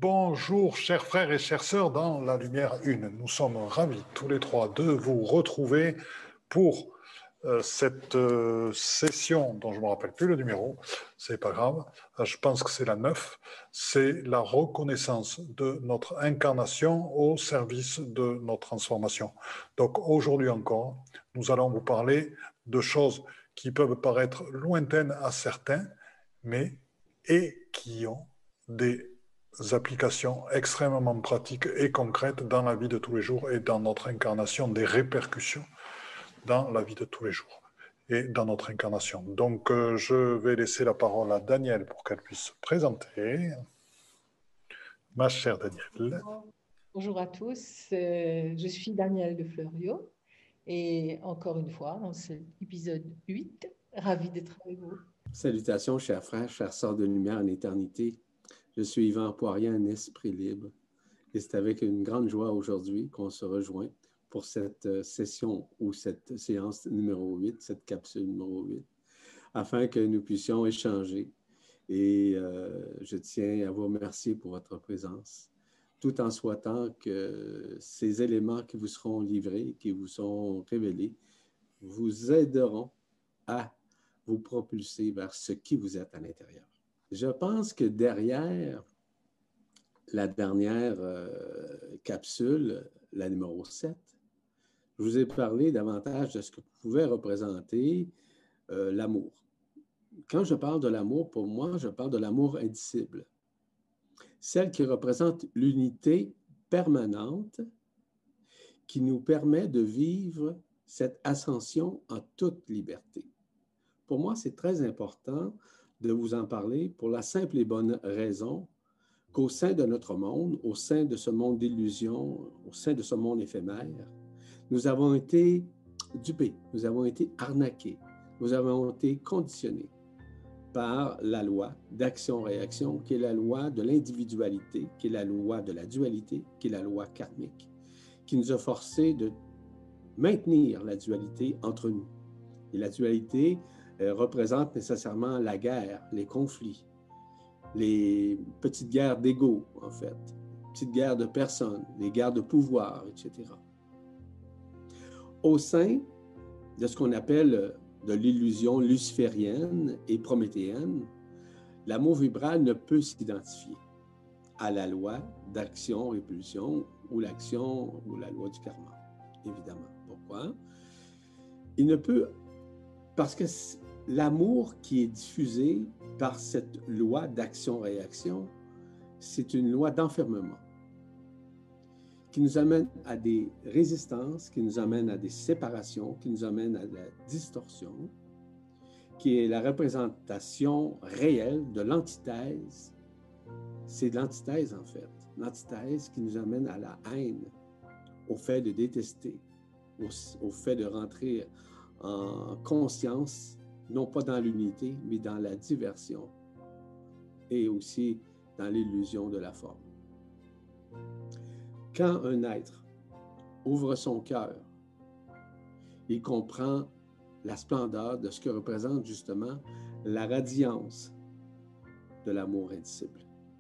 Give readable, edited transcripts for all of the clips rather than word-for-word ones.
Bonjour, chers frères et chères sœurs dans la lumière une. Nous sommes ravis tous les trois de vous retrouver pour cette session dont je ne me rappelle plus le numéro, c'est pas grave, je pense que c'est la 9, c'est la reconnaissance de notre incarnation au service de notre transformation. Donc aujourd'hui encore, nous allons vous parler de choses qui peuvent paraître lointaines à certains, mais et qui ont des applications extrêmement pratiques et concrètes dans la vie de tous les jours et dans notre incarnation, des répercussions dans la vie de tous les jours et dans notre incarnation. Donc, je vais laisser la parole à Danielle pour qu'elle puisse se présenter. Ma chère Danielle. Bonjour à tous, je suis Danielle de Fleurio et encore une fois, dans cet épisode 8, ravie d'être avec vous. Salutations, chers frères, chères sœurs de lumière en éternité. Je suis Yvan Poirier, un esprit libre. Et c'est avec une grande joie aujourd'hui qu'on se rejoint pour cette session ou cette séance numéro 8, cette capsule numéro 8, afin que nous puissions échanger. Et je tiens à vous remercier pour votre présence, tout en souhaitant que ces éléments qui vous seront livrés, qui vous sont révélés, vous aideront à vous propulser vers ce qui vous êtes à l'intérieur. Je pense que derrière la dernière capsule, la numéro 7, je vous ai parlé davantage de ce que pouvait représenter l'amour. Quand je parle de l'amour, pour moi, je parle de l'amour indicible. Celle qui représente l'unité permanente qui nous permet de vivre cette ascension en toute liberté. Pour moi, c'est très important de vous en parler pour la simple et bonne raison qu'au sein de notre monde, au sein de ce monde d'illusions, au sein de ce monde éphémère, nous avons été dupés, nous avons été arnaqués, nous avons été conditionnés par la loi d'action-réaction, qui est la loi de l'individualité, qui est la loi de la dualité, qui est la loi karmique, qui nous a forcés de maintenir la dualité entre nous. Et la dualité représente nécessairement la guerre, les conflits, les petites guerres d'ego, en fait, petites guerres de personnes, les guerres de pouvoir, etc. Au sein de ce qu'on appelle de l'illusion luciférienne et prométhéenne, l'amour vibral ne peut s'identifier à la loi d'action-répulsion ou l'action ou la loi du karma, évidemment. Pourquoi? Il ne peut, parce que l'amour qui est diffusé par cette loi d'action-réaction, c'est une loi d'enfermement qui nous amène à des résistances, qui nous amène à des séparations, qui nous amène à la distorsion, qui est la représentation réelle de l'antithèse. C'est l'antithèse, en fait. L'antithèse qui nous amène à la haine, au fait de détester, au fait de rentrer en conscience, non pas dans l'unité, mais dans la diversion et aussi dans l'illusion de la forme. Quand un être ouvre son cœur, il comprend la splendeur de ce que représente justement la radiance de l'amour indicible.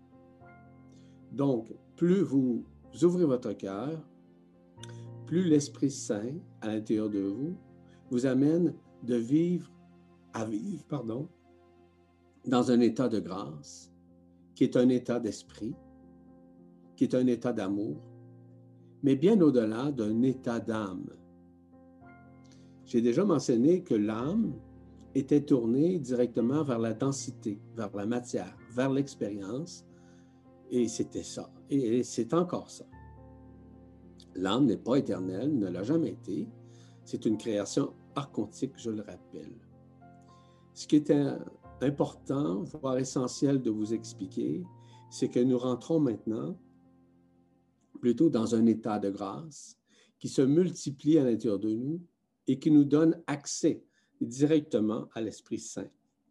Donc, plus vous ouvrez votre cœur, plus l'Esprit Saint à l'intérieur de vous vous amène à vivre, dans un état de grâce, qui est un état d'esprit, qui est un état d'amour, mais bien au-delà d'un état d'âme. J'ai déjà mentionné que l'âme était tournée directement vers la densité, vers la matière, vers l'expérience, et c'était ça, et c'est encore ça. L'âme n'est pas éternelle, ne l'a jamais été, c'est une création archontique, je le rappelle. Ce qui est important, voire essentiel de vous expliquer, c'est que nous rentrons maintenant plutôt dans un état de grâce qui se multiplie à l'intérieur de nous et qui nous donne accès directement à l'Esprit Saint,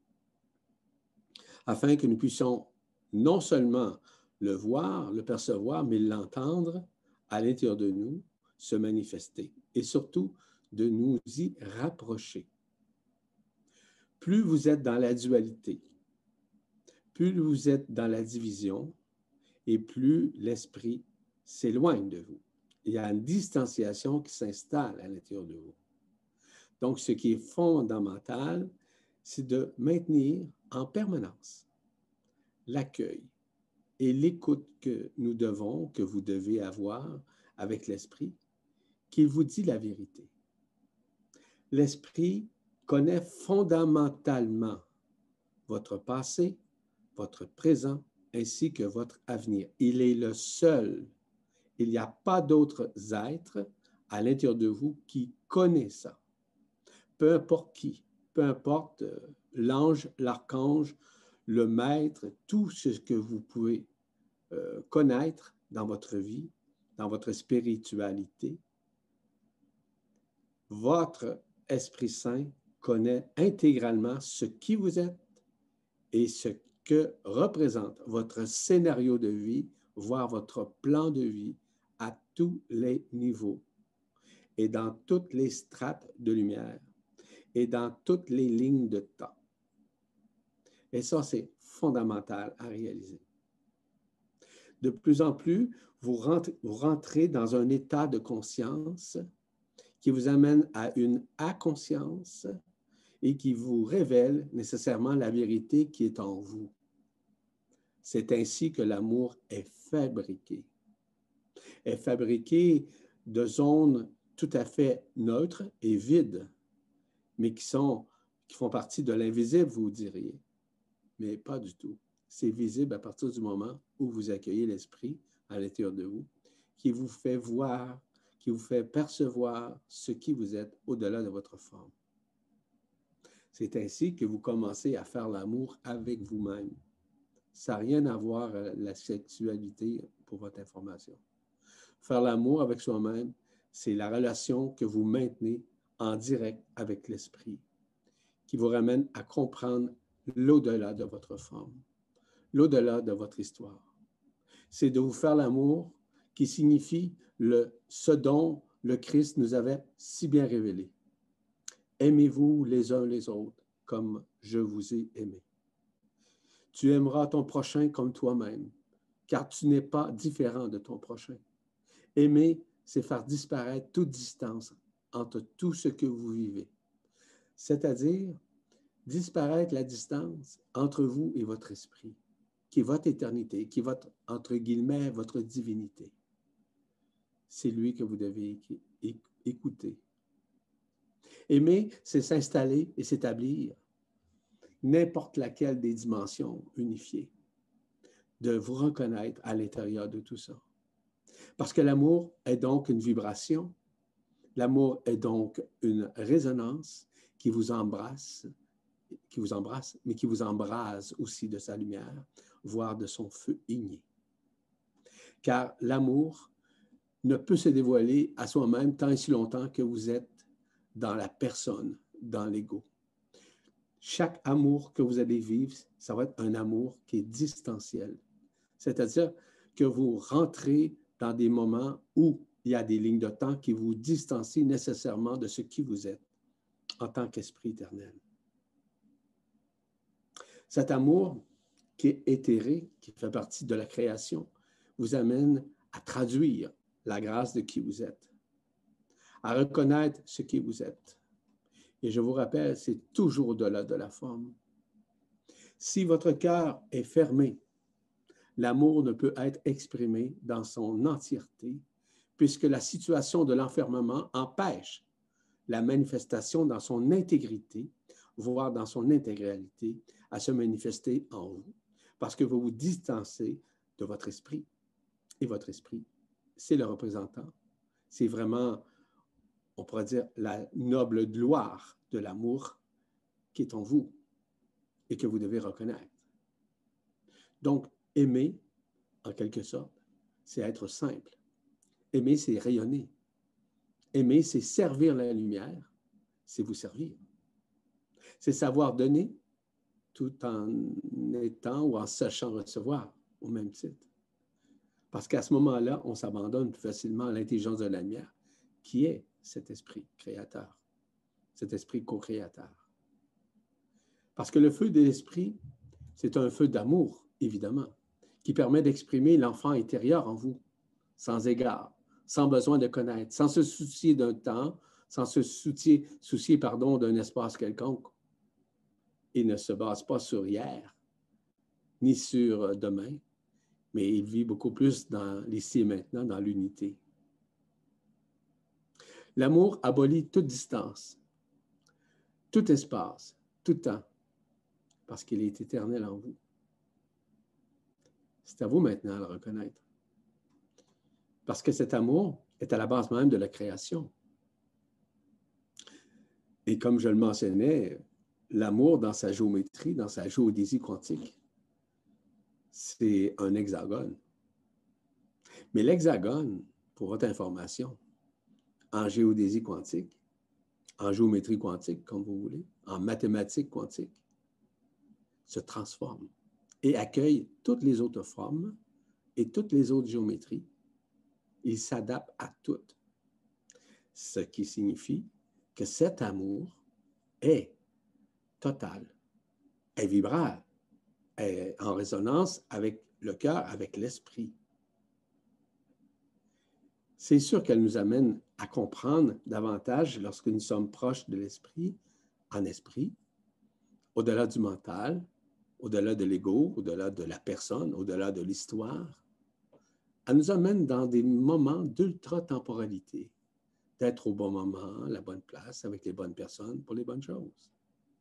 afin que nous puissions non seulement le voir, le percevoir, mais l'entendre à l'intérieur de nous se manifester et surtout de nous y rapprocher. Plus vous êtes dans la dualité, plus vous êtes dans la division, et plus l'esprit s'éloigne de vous. Il y a une distanciation qui s'installe à l'intérieur de vous. Donc, ce qui est fondamental, c'est de maintenir en permanence l'accueil et l'écoute que nous devons, que vous devez avoir avec l'esprit, qu'il vous dit la vérité. L'esprit connaît fondamentalement votre passé, votre présent, ainsi que votre avenir. Il est le seul. Il n'y a pas d'autres êtres à l'intérieur de vous qui connaissent ça. Peu importe qui, peu importe l'ange, l'archange, le maître, tout ce que vous pouvez connaître dans votre vie, dans votre spiritualité, votre Esprit Saint connaît intégralement ce qui vous êtes et ce que représente votre scénario de vie, voire votre plan de vie à tous les niveaux et dans toutes les strates de lumière et dans toutes les lignes de temps. Et ça, c'est fondamental à réaliser. De plus en plus, vous rentrez dans un état de conscience qui vous amène à une inconscience et qui vous révèle nécessairement la vérité qui est en vous. C'est ainsi que l'amour est fabriqué. Est fabriqué de zones tout à fait neutres et vides, mais qui font partie de l'invisible, vous diriez. Mais pas du tout. C'est visible à partir du moment où vous accueillez l'esprit à l'intérieur de vous, qui vous fait voir, qui vous fait percevoir ce qui vous êtes au-delà de votre forme. C'est ainsi que vous commencez à faire l'amour avec vous-même. Ça n'a rien à voir avec la sexualité, pour votre information. Faire l'amour avec soi-même, c'est la relation que vous maintenez en direct avec l'esprit, qui vous ramène à comprendre l'au-delà de votre forme, l'au-delà de votre histoire. C'est de vous faire l'amour qui signifie ce dont le Christ nous avait si bien révélé. Aimez-vous les uns les autres comme je vous ai aimé. Tu aimeras ton prochain comme toi-même, car tu n'es pas différent de ton prochain. Aimer, c'est faire disparaître toute distance entre tout ce que vous vivez, c'est-à-dire disparaître la distance entre vous et votre esprit, qui est votre éternité, qui est votre, entre guillemets, votre divinité. C'est lui que vous devez écouter. Aimer, c'est s'installer et s'établir n'importe laquelle des dimensions unifiées, de vous reconnaître à l'intérieur de tout ça. Parce que l'amour est donc une vibration, l'amour est donc une résonance qui vous embrasse, mais qui vous embrase aussi de sa lumière, voire de son feu igné. Car l'amour ne peut se dévoiler à soi-même tant et si longtemps que vous êtes dans la personne, dans l'ego. Chaque amour que vous allez vivre, ça va être un amour qui est distanciel. C'est-à-dire que vous rentrez dans des moments où il y a des lignes de temps qui vous distancient nécessairement de ce qui vous êtes en tant qu'esprit éternel. Cet amour qui est éthéré, qui fait partie de la création, vous amène à traduire la grâce de qui vous êtes, à reconnaître ce qui vous êtes. Et je vous rappelle, c'est toujours au-delà de la forme. Si votre cœur est fermé, l'amour ne peut être exprimé dans son entièreté, puisque la situation de l'enfermement empêche la manifestation dans son intégrité, voire dans son intégralité, à se manifester en vous, parce que vous vous distancez de votre esprit. Et votre esprit, c'est le représentant. C'est vraiment, on pourrait dire, la noble gloire de l'amour qui est en vous et que vous devez reconnaître. Donc, aimer, en quelque sorte, c'est être simple. Aimer, c'est rayonner. Aimer, c'est servir la lumière, c'est vous servir. C'est savoir donner tout en étant ou en sachant recevoir au même titre. Parce qu'à ce moment-là, on s'abandonne plus facilement à l'intelligence de la lumière, qui est cet esprit créateur, cet esprit co-créateur. Parce que le feu de l'esprit, c'est un feu d'amour, évidemment, qui permet d'exprimer l'enfant intérieur en vous, sans égard, sans besoin de connaître, sans se soucier d'un temps, sans se soucier d'un espace quelconque. Il ne se base pas sur hier, ni sur demain, mais il vit beaucoup plus dans l'ici et maintenant, dans l'unité. L'amour abolit toute distance, tout espace, tout temps, parce qu'il est éternel en vous. C'est à vous maintenant de le reconnaître. Parce que cet amour est à la base même de la création. Et comme je le mentionnais, l'amour dans sa géométrie, dans sa géodésie quantique, c'est un hexagone. Mais l'hexagone, pour votre information, en géodésie quantique, en géométrie quantique, comme vous voulez, en mathématiques quantiques, se transforme et accueille toutes les autres formes et toutes les autres géométries. Il s'adapte à toutes. Ce qui signifie que cet amour est total, est vibral, est en résonance avec le cœur, avec l'esprit. C'est sûr qu'elle nous amène à comprendre davantage lorsque nous sommes proches de l'esprit, en esprit, au-delà du mental, au-delà de l'ego, au-delà de la personne, au-delà de l'histoire. Elle nous amène dans des moments d'ultra-temporalité, d'être au bon moment, à la bonne place, avec les bonnes personnes, pour les bonnes choses.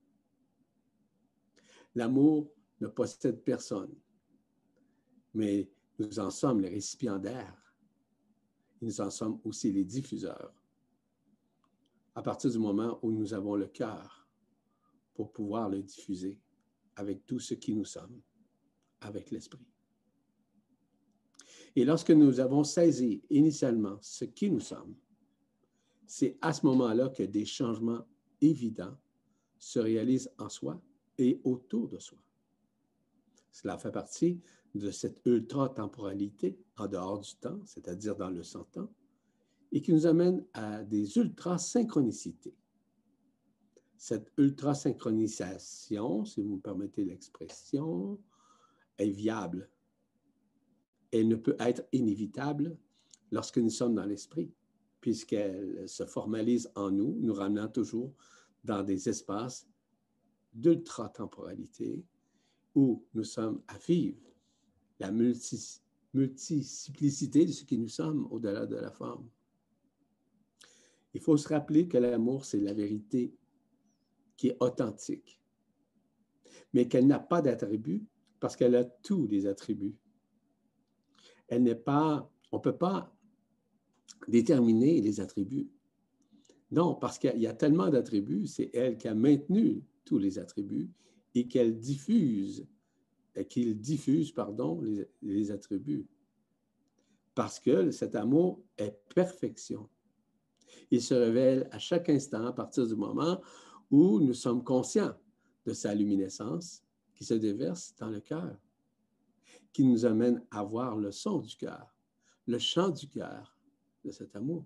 L'amour ne possède personne, mais nous en sommes les récipiendaires. Nous en sommes aussi les diffuseurs. À partir du moment où nous avons le cœur pour pouvoir le diffuser avec tout ce qui nous sommes, avec l'esprit. Et lorsque nous avons saisi initialement ce qui nous sommes, c'est à ce moment-là que des changements évidents se réalisent en soi et autour de soi. Cela fait partie de cette ultra-temporalité en dehors du temps, c'est-à-dire dans le sans-temps, et qui nous amène à des ultra-synchronicités. Cette ultra-synchronisation, si vous me permettez l'expression, est viable. Elle ne peut être inévitable lorsque nous sommes dans l'esprit, puisqu'elle se formalise en nous, nous ramenant toujours dans des espaces d'ultra-temporalité où nous sommes à vivre la multiplicité de ce que nous sommes au-delà de la forme. Il faut se rappeler que l'amour, c'est la vérité qui est authentique, mais qu'elle n'a pas d'attributs parce qu'elle a tous les attributs. Elle n'est pas, on ne peut pas déterminer les attributs. Non, parce qu'il y a tellement d'attributs, c'est elle qui a maintenu tous les attributs et qu'il diffuse les attributs. Parce que cet amour est perfection. Il se révèle à chaque instant à partir du moment où nous sommes conscients de sa luminescence qui se déverse dans le cœur, qui nous amène à voir le son du cœur, le chant du cœur de cet amour.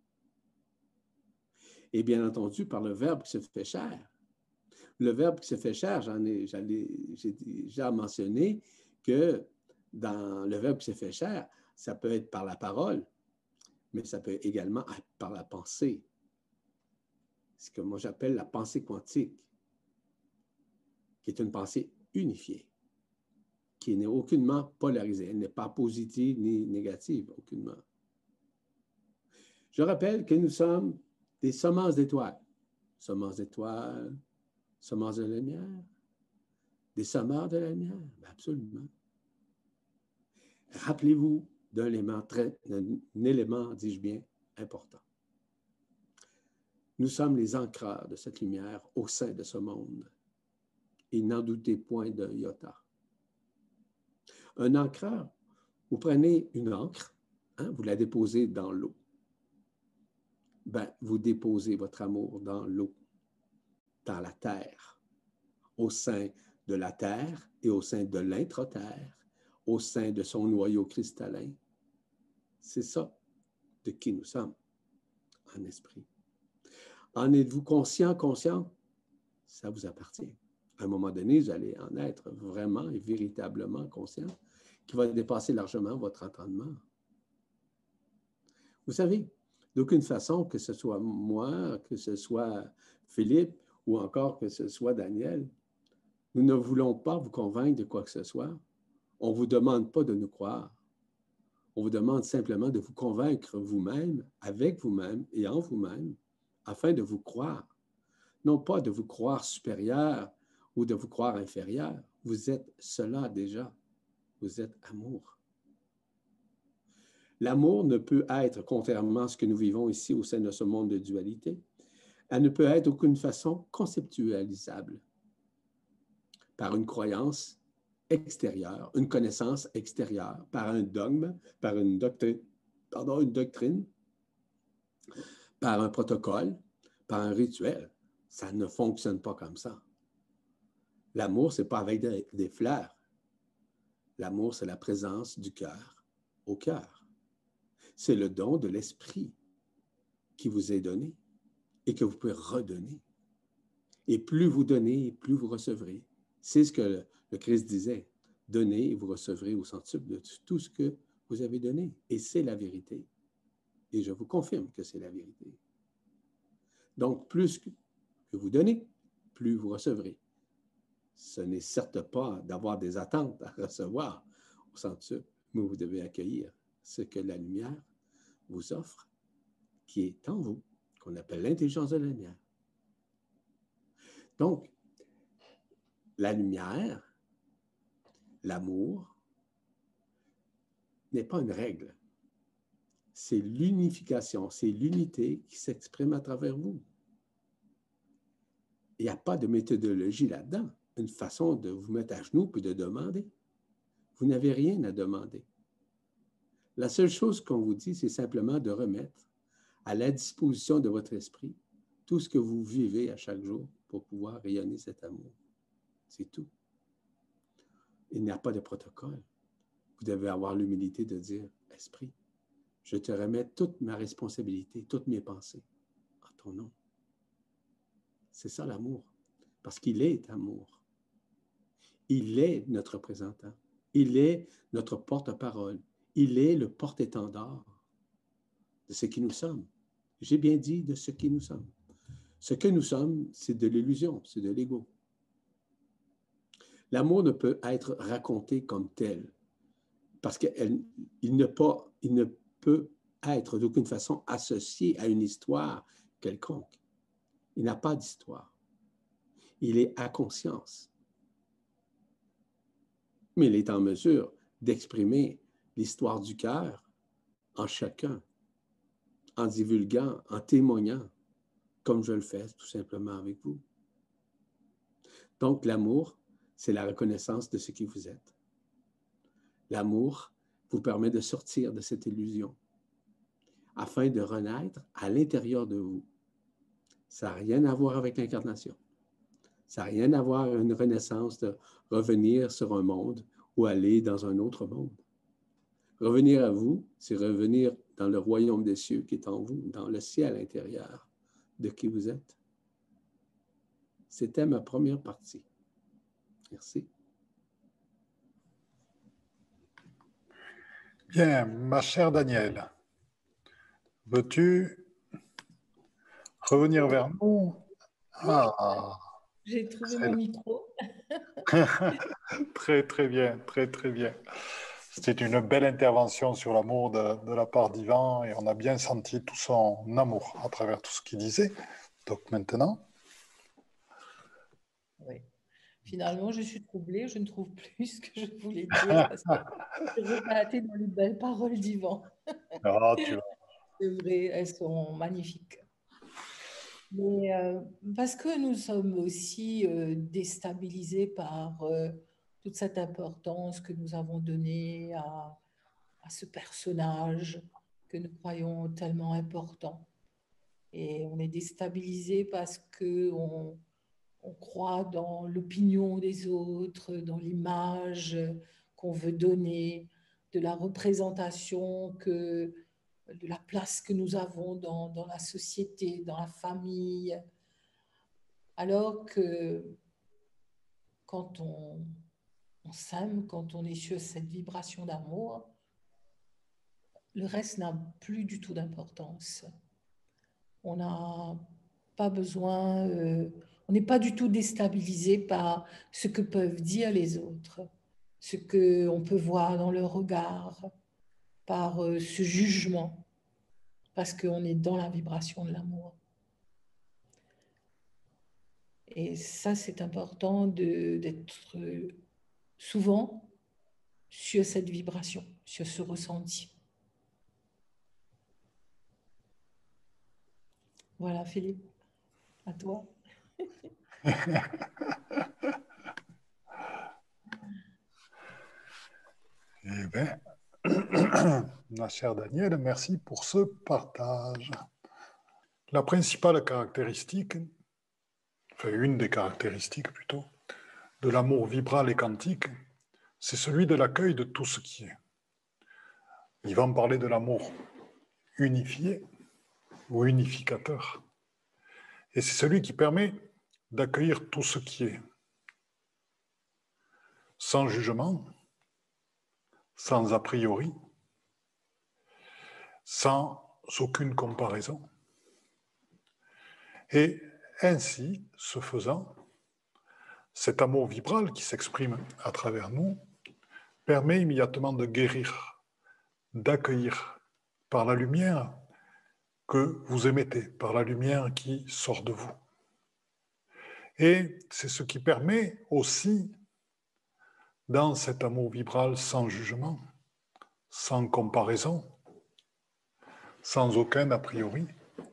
Et bien entendu, par le Verbe qui se fait chair. Le Verbe qui se fait chair, j'ai déjà mentionné que dans le Verbe qui se fait chair, ça peut être par la parole, mais ça peut également être par la pensée. Ce que moi j'appelle la pensée quantique, qui est une pensée unifiée, qui n'est aucunement polarisée. Elle n'est pas positive ni négative, aucunement. Je rappelle que nous sommes des semences d'étoiles. Semences d'étoiles, semences de lumière, des semeurs de la lumière, absolument. Rappelez-vous d'un élément, dis-je bien, important. Nous sommes les ancreurs de cette lumière au sein de ce monde. Et n'en doutez point d'un iota. Un ancreur, vous prenez une encre, vous la déposez dans l'eau. Vous déposez votre amour dans l'eau, dans la terre, au sein de la terre et au sein de l'intra-terre, au sein de son noyau cristallin. C'est ça de qui nous sommes en esprit. En êtes-vous conscient, conscient? Ça vous appartient. À un moment donné, vous allez en être vraiment et véritablement conscient. qui va dépasser largement votre entendement. Vous savez, d'aucune façon, que ce soit moi, que ce soit Philippe ou encore que ce soit Daniel, nous ne voulons pas vous convaincre de quoi que ce soit. On ne vous demande pas de nous croire. On vous demande simplement de vous convaincre vous-même, avec vous-même et en vous-même, afin de vous croire. Non pas de vous croire supérieur ou de vous croire inférieur. Vous êtes cela déjà. Vous êtes amour. L'amour ne peut être, contrairement à ce que nous vivons ici au sein de ce monde de dualité, elle ne peut être d'aucune façon conceptualisable par une croyance extérieure, une connaissance extérieure, par un dogme, par une doctrine, par un protocole, par un rituel. Ça ne fonctionne pas comme ça. L'amour, ce n'est pas avec des fleurs. L'amour, c'est la présence du cœur au cœur. C'est le don de l'esprit qui vous est donné et que vous pouvez redonner. Et plus vous donnez, plus vous recevrez. C'est ce que le Christ disait. Donnez et vous recevrez au centuple de tout ce que vous avez donné. Et c'est la vérité. Et je vous confirme que c'est la vérité. Donc, plus que vous donnez, plus vous recevrez. Ce n'est certes pas d'avoir des attentes à recevoir au centuple, mais vous devez accueillir ce que la lumière vous offre, qui est en vous, qu'on appelle l'intelligence de la lumière. Donc, la lumière, l'amour, n'est pas une règle. C'est l'unification, c'est l'unité qui s'exprime à travers vous. Il n'y a pas de méthodologie là-dedans, une façon de vous mettre à genoux puis de demander. Vous n'avez rien à demander. La seule chose qu'on vous dit, c'est simplement de remettre à la disposition de votre esprit tout ce que vous vivez à chaque jour pour pouvoir rayonner cet amour. C'est tout. Il n'y a pas de protocole. Vous devez avoir l'humilité de dire, Esprit, je te remets toute ma responsabilité, toutes mes pensées en ton nom. C'est ça l'amour, parce qu'il est amour. Il est notre représentant. Il est notre porte-parole. Il est le porte-étendard de ce qui nous sommes. J'ai bien dit de ce qui nous sommes. Ce que nous sommes, c'est de l'illusion, c'est de l'ego. L'amour ne peut être raconté comme tel, parce qu'il ne peut être d'aucune façon associé à une histoire quelconque. Il n'a pas d'histoire. Il est à conscience. Mais il est en mesure d'exprimer l'histoire du cœur en chacun, en divulguant, en témoignant, comme je le fais tout simplement avec vous. Donc, l'amour, c'est la reconnaissance de ce qui vous êtes. L'amour vous permet de sortir de cette illusion afin de renaître à l'intérieur de vous. Ça n'a rien à voir avec l'incarnation. Ça n'a rien à voir avec une renaissance de revenir sur un monde ou aller dans un autre monde. Revenir à vous, c'est revenir dans le royaume des cieux qui est en vous, dans le ciel intérieur de qui vous êtes. C'était ma première partie. Merci. Bien, ma chère Danielle, veux-tu revenir vers nous? Ah, J'ai trouvé c'est mon micro. très, très bien, très, très bien. C'était une belle intervention sur l'amour de la part d'Yvan et on a bien senti tout son amour à travers tout ce qu'il disait. Donc maintenant, Oui. Finalement, je suis troublée, je ne trouve plus ce que je voulais dire parce que je rebattais dans les belles paroles d'Yvan. ah, tu vas. C'est vrai, elles sont magnifiques. Mais parce que nous sommes aussi déstabilisés par toute cette importance que nous avons donnée à ce personnage que nous croyons tellement important. Et on est déstabilisé parce qu'on on croit dans l'opinion des autres, dans l'image qu'on veut donner, de la représentation de la place que nous avons dans la société, dans la famille. Alors que quand on on s'aime, quand on est sur cette vibration d'amour, le reste n'a plus du tout d'importance. On n'a pas besoin, on n'est pas du tout déstabilisé par ce que peuvent dire les autres, ce qu'on peut voir dans leur regard, par ce jugement, parce qu'on est dans la vibration de l'amour. Et ça, c'est important d'être souvent sur cette vibration, sur ce ressenti. Voilà, Philippe, à toi. Eh bien, ma chère Danielle, merci pour ce partage. La principale caractéristique, enfin une des caractéristiques plutôt, de l'amour vibral et quantique, c'est celui de l'accueil de tout ce qui est. Il va en parler de l'amour unifié ou unificateur. Et c'est celui qui permet d'accueillir tout ce qui est, sans jugement, sans a priori, sans aucune comparaison. Et ainsi, ce faisant, cet amour vibral qui s'exprime à travers nous permet immédiatement de guérir, d'accueillir par la lumière que vous émettez, par la lumière qui sort de vous. Et c'est ce qui permet aussi, dans cet amour vibral sans jugement, sans comparaison, sans aucun a priori,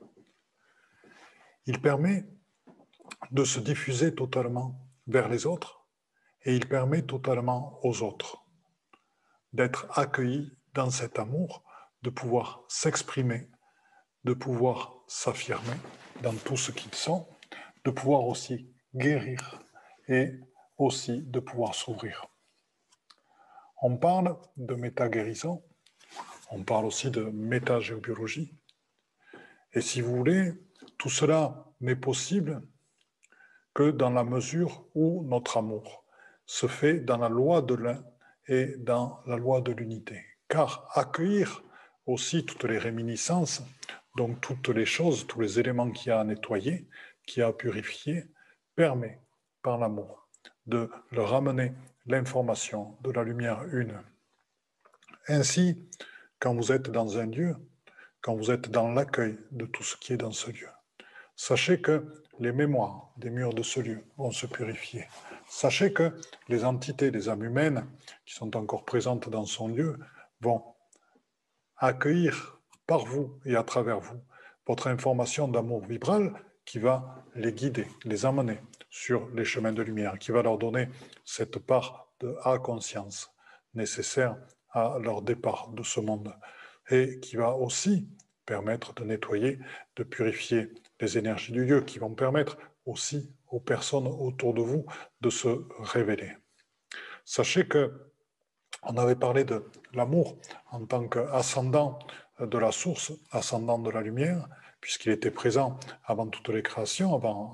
il permet de se diffuser totalement vers les autres et il permet totalement aux autres d'être accueillis dans cet amour, de pouvoir s'exprimer, de pouvoir s'affirmer dans tout ce qu'ils sont, de pouvoir aussi guérir et aussi de pouvoir s'ouvrir. On parle de méta-guérison, on parle aussi de méta-géobiologie. Et si vous voulez, tout cela n'est possible que dans la mesure où notre amour se fait dans la loi de l'un et dans la loi de l'unité. Car accueillir aussi toutes les réminiscences, donc toutes les choses, tous les éléments qu'il y a à nettoyer, qu'il y a à purifier, permet par l'amour de leur ramener l'information de la lumière une. Ainsi, quand vous êtes dans un lieu, quand vous êtes dans l'accueil de tout ce qui est dans ce lieu, sachez que les mémoires des murs de ce lieu vont se purifier. Sachez que les entités, les âmes humaines qui sont encore présentes dans son lieu vont accueillir par vous et à travers vous votre information d'amour vibral qui va les guider, les amener sur les chemins de lumière, qui va leur donner cette part de conscience nécessaire à leur départ de ce monde et qui va aussi permettre de nettoyer, de purifier les énergies du lieu, qui vont permettre aussi aux personnes autour de vous de se révéler. Sachez que on avait parlé de l'amour en tant qu'ascendant de la source, ascendant de la lumière, puisqu'il était présent avant toutes les créations,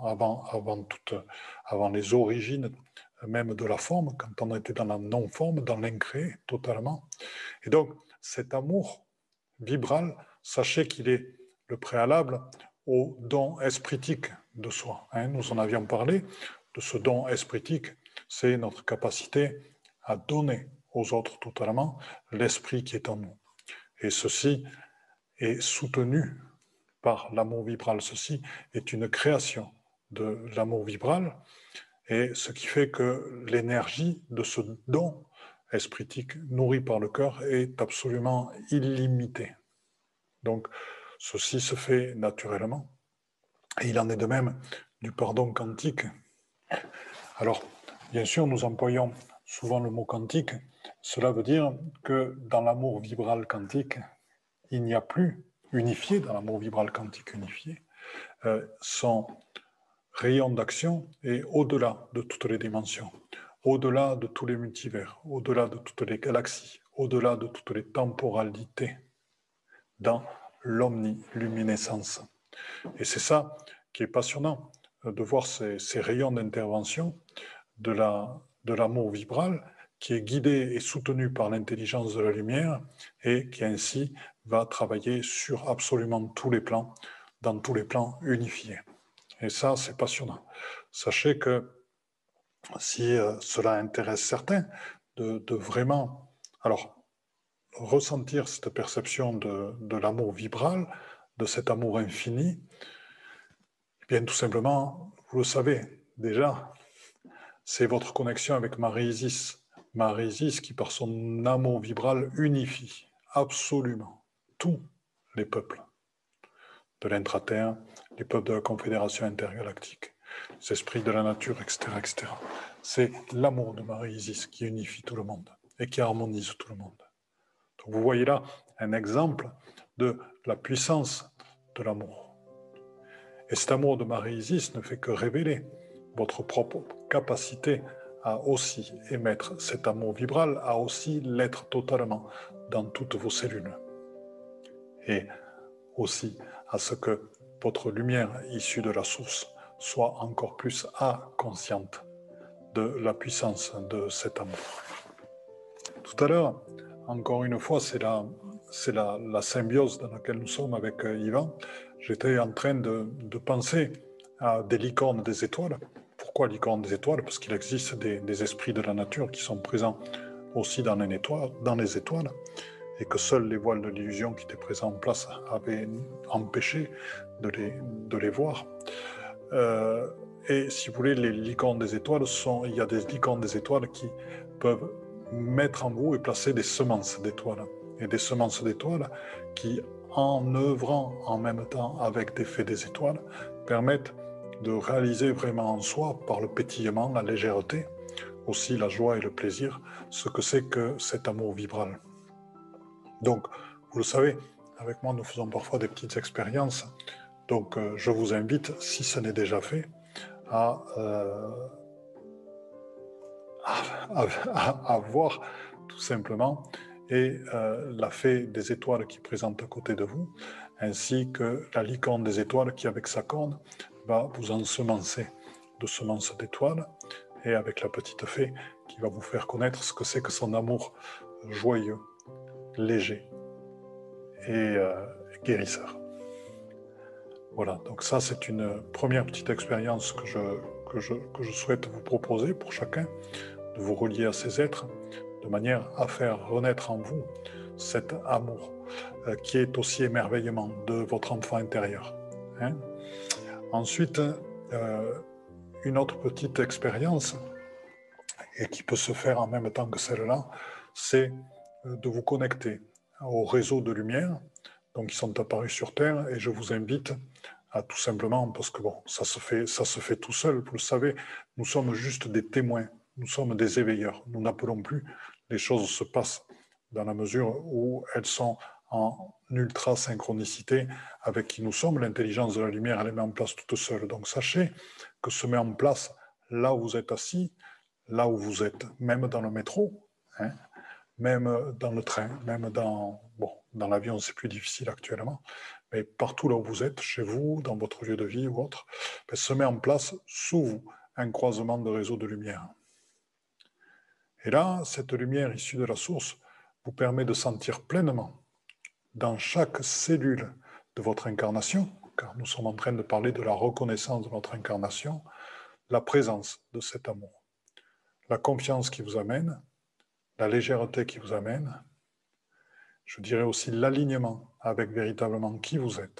avant les origines même de la forme, quand on était dans la non-forme, dans l'incréé totalement. Et donc, cet amour vibral, sachez qu'il est le préalable au don espritique de soi. Nous en avions parlé de ce don espritique, c'est notre capacité à donner aux autres totalement l'esprit qui est en nous. Et ceci est soutenu par l'amour vibral. Ceci est une création de l'amour vibral, et ce qui fait que l'énergie de ce don espritique nourri par le cœur est absolument illimitée. Donc, ceci se fait naturellement. Et il en est de même du pardon quantique. Alors, bien sûr, nous employons souvent le mot quantique. Cela veut dire que dans l'amour vibral quantique, il n'y a plus unifié, dans l'amour vibral quantique unifié, son rayon d'action est au-delà de toutes les dimensions, au-delà de tous les multivers, au-delà de toutes les galaxies, au-delà de toutes les temporalités, dans l'omniluminescence. Et c'est ça qui est passionnant, de voir ces rayons d'intervention de l'amour vibral qui est guidé et soutenu par l'intelligence de la lumière et qui ainsi va travailler sur absolument tous les plans, dans tous les plans unifiés. Et ça, c'est passionnant. Sachez que si cela intéresse certains, de vraiment ressentir cette perception de l'amour vibral, de cet amour infini, eh bien tout simplement, vous le savez déjà, c'est votre connexion avec Marie-Isis. Marie-Isis qui, par son amour vibral, unifie absolument tous les peuples de l'intraterre, les peuples de la Confédération intergalactique, les esprits de la nature, etc. etc. C'est l'amour de Marie-Isis qui unifie tout le monde et qui harmonise tout le monde. Donc vous voyez là un exemple de la puissance de l'amour. Et cet amour de Marie-Isis ne fait que révéler votre propre capacité à aussi émettre cet amour vibral, à aussi l'être totalement dans toutes vos cellules. Et aussi à ce que votre lumière issue de la source soit encore plus consciente de la puissance de cet amour. Tout à l'heure, encore une fois, c'est la symbiose dans laquelle nous sommes avec Yvan. J'étais en train de penser à des licornes des étoiles. Pourquoi licornes des étoiles? Parce qu'il existe des esprits de la nature qui sont présents aussi dans les étoiles, et que seuls les voiles de l'illusion qui étaient présents en place avaient empêché de les voir. Et si vous voulez, les licornes des étoiles il y a des licornes des étoiles qui peuvent mettre en vous et placer des semences d'étoiles. Et des semences d'étoiles qui, en œuvrant en même temps avec des faits des étoiles, permettent de réaliser vraiment en soi, par le pétillement, la légèreté, aussi la joie et le plaisir, ce que c'est que cet amour vibral. Donc, vous le savez, avec moi, nous faisons parfois des petites expériences. Donc, je vous invite, si ce n'est déjà fait, à voir tout simplement et la fée des étoiles qui présente à côté de vous, ainsi que la licorne des étoiles qui, avec sa corne, va vous ensemencer de semences d'étoiles, et avec la petite fée qui va vous faire connaître ce que c'est que son amour joyeux, léger et guérisseur. Voilà, donc ça c'est une première petite expérience que je souhaite vous proposer pour chacun, de vous relier à ces êtres, de manière à faire renaître en vous cet amour qui est aussi émerveillement de votre enfant intérieur. Hein. Ensuite, une autre petite expérience, et qui peut se faire en même temps que celle-là, c'est de vous connecter au réseau de lumière, donc qui sont apparus sur Terre, et je vous invite à tout simplement, parce que bon, ça se fait tout seul, vous le savez, nous sommes juste des témoins, nous sommes des éveilleurs, nous n'appelons plus, les choses se passent dans la mesure où elles sont en ultra-synchronicité avec qui nous sommes. L'intelligence de la lumière, elle est mise en place toute seule. Donc sachez que se met en place là où vous êtes assis, là où vous êtes, même dans le métro, hein, même dans le train, même dans l'avion, c'est plus difficile actuellement, mais partout là où vous êtes, chez vous, dans votre lieu de vie ou autre, se met en place sous vous un croisement de réseaux de lumière. Et là, cette lumière issue de la source vous permet de sentir pleinement dans chaque cellule de votre incarnation, car nous sommes en train de parler de la reconnaissance de notre incarnation, la présence de cet amour, la confiance qui vous amène, la légèreté qui vous amène, je dirais aussi l'alignement avec véritablement qui vous êtes.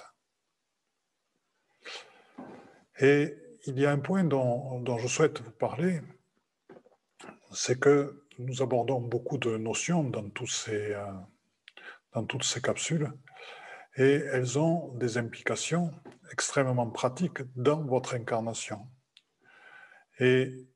Et il y a un point dont je souhaite vous parler, c'est que nous abordons beaucoup de notions dans toutes ces capsules, et elles ont des implications extrêmement pratiques dans votre incarnation. Et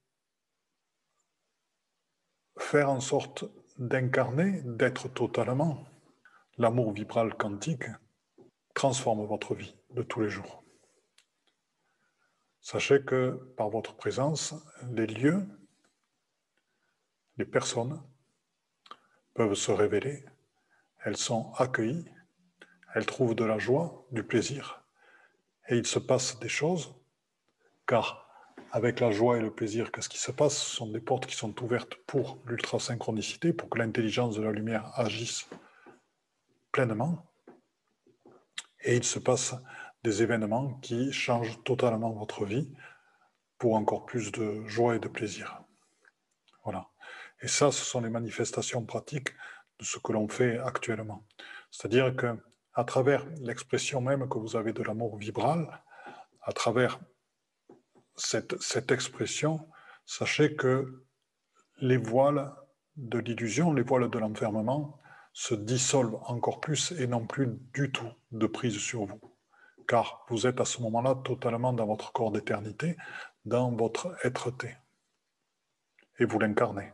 faire en sorte d'incarner, d'être totalement l'amour vibral quantique, transforme votre vie de tous les jours. Sachez que par votre présence, les lieux, les personnes peuvent se révéler, elles sont accueillies, elles trouvent de la joie, du plaisir, et il se passe des choses, car avec la joie et le plaisir, qu'est-ce qui se passe? Ce sont des portes qui sont ouvertes pour l'ultrasynchronicité, pour que l'intelligence de la lumière agisse pleinement. Et il se passe des événements qui changent totalement votre vie pour encore plus de joie et de plaisir. Voilà. Et ça, ce sont les manifestations pratiques de ce que l'on fait actuellement. C'est-à-dire que à travers l'expression même que vous avez de l'amour vibral, à travers cette expression, sachez que les voiles de l'illusion, les voiles de l'enfermement se dissolvent encore plus et n'ont plus du tout de prise sur vous. Car vous êtes à ce moment-là totalement dans votre corps d'éternité, dans votre être-té. Et vous l'incarnez.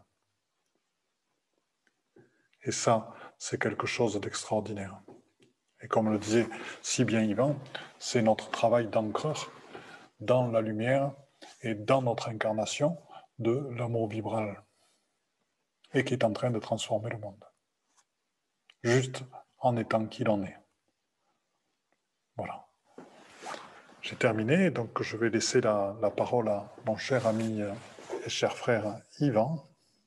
Et ça, c'est quelque chose d'extraordinaire. Et comme le disait si bien Yvan, c'est notre travail d'ancreur dans la lumière et dans notre incarnation de l'amour vibral et qui est en train de transformer le monde. Juste en étant qui l'on est. Voilà. J'ai terminé, donc je vais laisser la parole à mon cher ami et cher frère Yvan.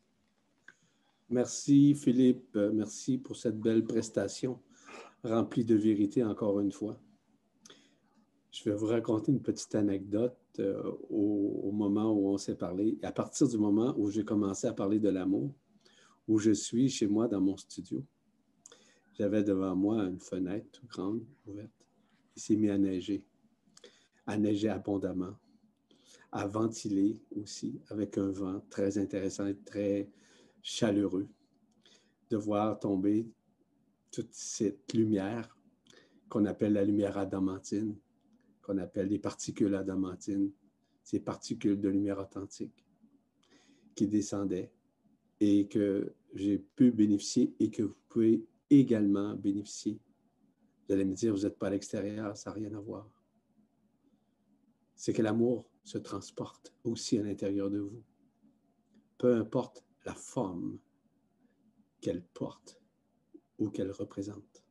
Merci Philippe, merci pour cette belle prestation remplie de vérité encore une fois. Je vais vous raconter une petite anecdote au moment où on s'est parlé, à partir du moment où j'ai commencé à parler de l'amour, où je suis chez moi dans mon studio. J'avais devant moi une fenêtre toute grande, ouverte. Il s'est mis à neiger abondamment, à ventiler aussi, avec un vent très intéressant et très chaleureux, de voir tomber toute cette lumière qu'on appelle la lumière adamantine, qu'on appelle les particules adamantines, ces particules de lumière authentique qui descendaient et que j'ai pu bénéficier et que vous pouvez également bénéficier. Vous allez me dire, vous n'êtes pas à l'extérieur, ça n'a rien à voir. C'est que l'amour se transporte aussi à l'intérieur de vous. Peu importe la forme qu'elle porte ou qu'elle représente.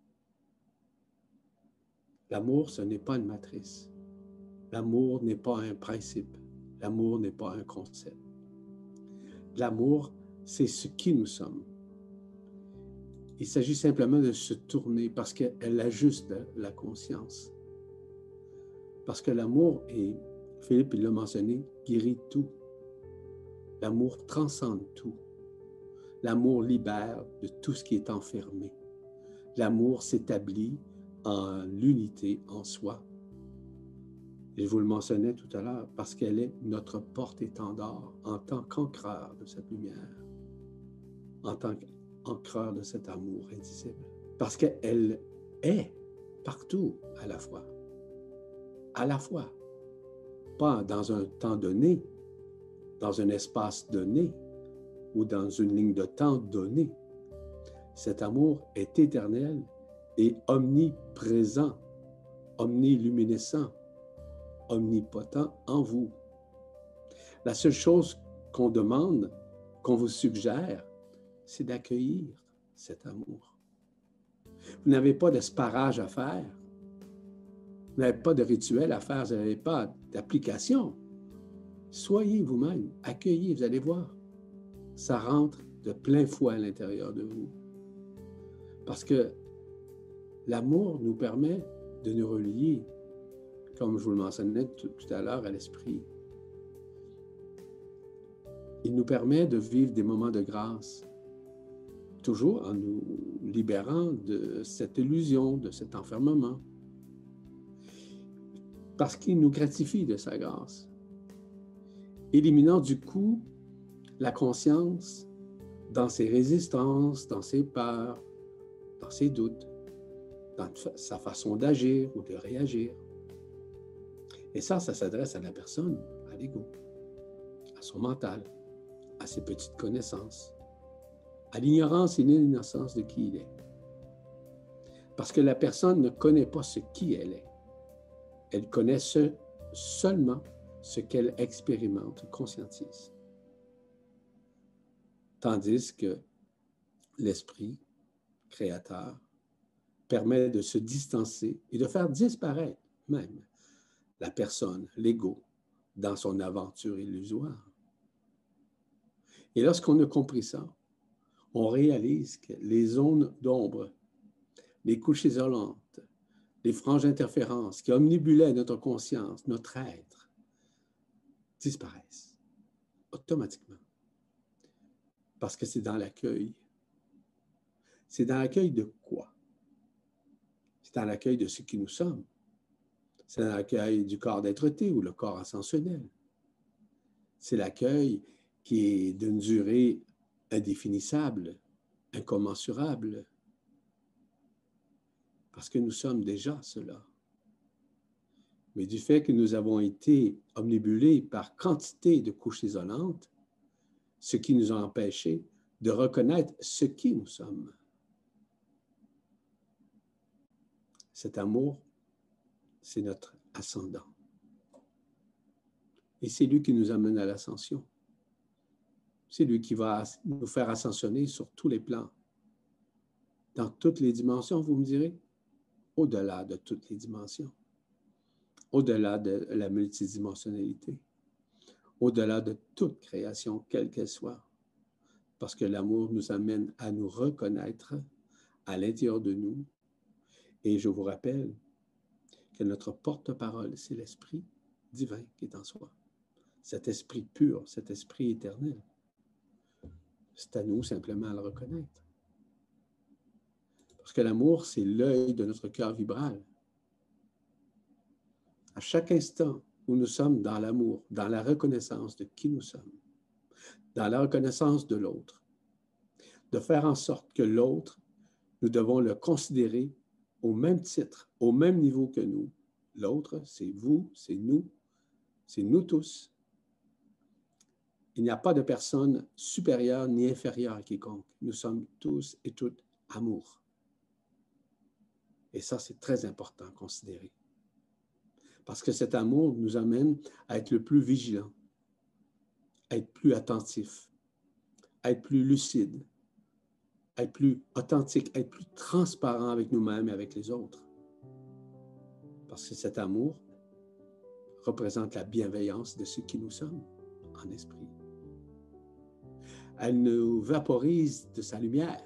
L'amour, ce n'est pas une matrice. L'amour n'est pas un principe. L'amour n'est pas un concept. L'amour, c'est ce qui nous sommes. Il s'agit simplement de se tourner parce qu'elle ajuste la conscience. Parce que l'amour, et Philippe il l'a mentionné, guérit tout. L'amour transcende tout. L'amour libère de tout ce qui est enfermé. L'amour s'établit en l'unité en soi. Et je vous le mentionnais tout à l'heure, parce qu'elle est notre porte-étendard en tant qu'ancreur de cette lumière, en tant qu'ancreur de cet amour indicible. Parce qu'elle est partout à la fois. À la fois. Pas dans un temps donné, dans un espace donné ou dans une ligne de temps donnée. Cet amour est éternel et omniprésent, omniluminescent, omnipotent en vous. La seule chose qu'on demande, qu'on vous suggère, c'est d'accueillir cet amour. Vous n'avez pas de sparage à faire. Vous n'avez pas de rituel à faire. Vous n'avez pas d'application. Soyez vous-même, accueillez, vous allez voir. Ça rentre de plein fouet à l'intérieur de vous. Parce que l'amour nous permet de nous relier, comme je vous le mentionnais tout à l'heure, à l'esprit. Il nous permet de vivre des moments de grâce, toujours en nous libérant de cette illusion, de cet enfermement, parce qu'il nous gratifie de sa grâce, éliminant du coup la conscience dans ses résistances, dans ses peurs, dans ses doutes, dans sa façon d'agir ou de réagir. Et ça s'adresse à la personne, à l'ego, à son mental, à ses petites connaissances, à l'ignorance et l'innocence de qui il est. Parce que la personne ne connaît pas ce qui elle est. Elle connaît seulement ce qu'elle expérimente, conscientise. Tandis que l'esprit créateur permet de se distancer et de faire disparaître même la personne, l'ego, dans son aventure illusoire. Et lorsqu'on a compris ça, on réalise que les zones d'ombre, les couches isolantes, les franges d'interférence qui omnibulaient notre conscience, notre être, disparaissent automatiquement. Parce que c'est dans l'accueil. C'est dans l'accueil de quoi? C'est dans l'accueil de ce qui nous sommes. C'est dans l'accueil du corps d'être-té ou le corps ascensionnel. C'est l'accueil qui est d'une durée indéfinissable, incommensurable, parce que nous sommes déjà cela. Mais du fait que nous avons été omnibulés par quantité de couches isolantes, ce qui nous a empêchés de reconnaître ce qui nous sommes. Cet amour, c'est notre ascendant. Et c'est lui qui nous amène à l'ascension. C'est lui qui va nous faire ascensionner sur tous les plans. Dans toutes les dimensions, vous me direz? Au-delà de toutes les dimensions. Au-delà de la multidimensionnalité. Au-delà de toute création, quelle qu'elle soit. Parce que l'amour nous amène à nous reconnaître à l'intérieur de nous. Et je vous rappelle que notre porte-parole, c'est l'Esprit divin qui est en soi. Cet esprit pur, cet esprit éternel. C'est à nous simplement à le reconnaître. Parce que l'amour, c'est l'œil de notre cœur vibral. À chaque instant où nous sommes dans l'amour, dans la reconnaissance de qui nous sommes, dans la reconnaissance de l'autre, de faire en sorte que l'autre, nous devons le considérer au même titre, au même niveau que nous. L'autre, c'est vous, c'est nous tous. Il n'y a pas de personne supérieure ni inférieure à quiconque. Nous sommes tous et toutes amour. Et ça, c'est très important à considérer. Parce que cet amour nous amène à être le plus vigilant, à être plus attentif, à être plus lucide, à être plus authentique, à être plus transparent avec nous-mêmes et avec les autres. Parce que cet amour représente la bienveillance de ce qui nous sommes en esprit. Elle nous vaporise de sa lumière.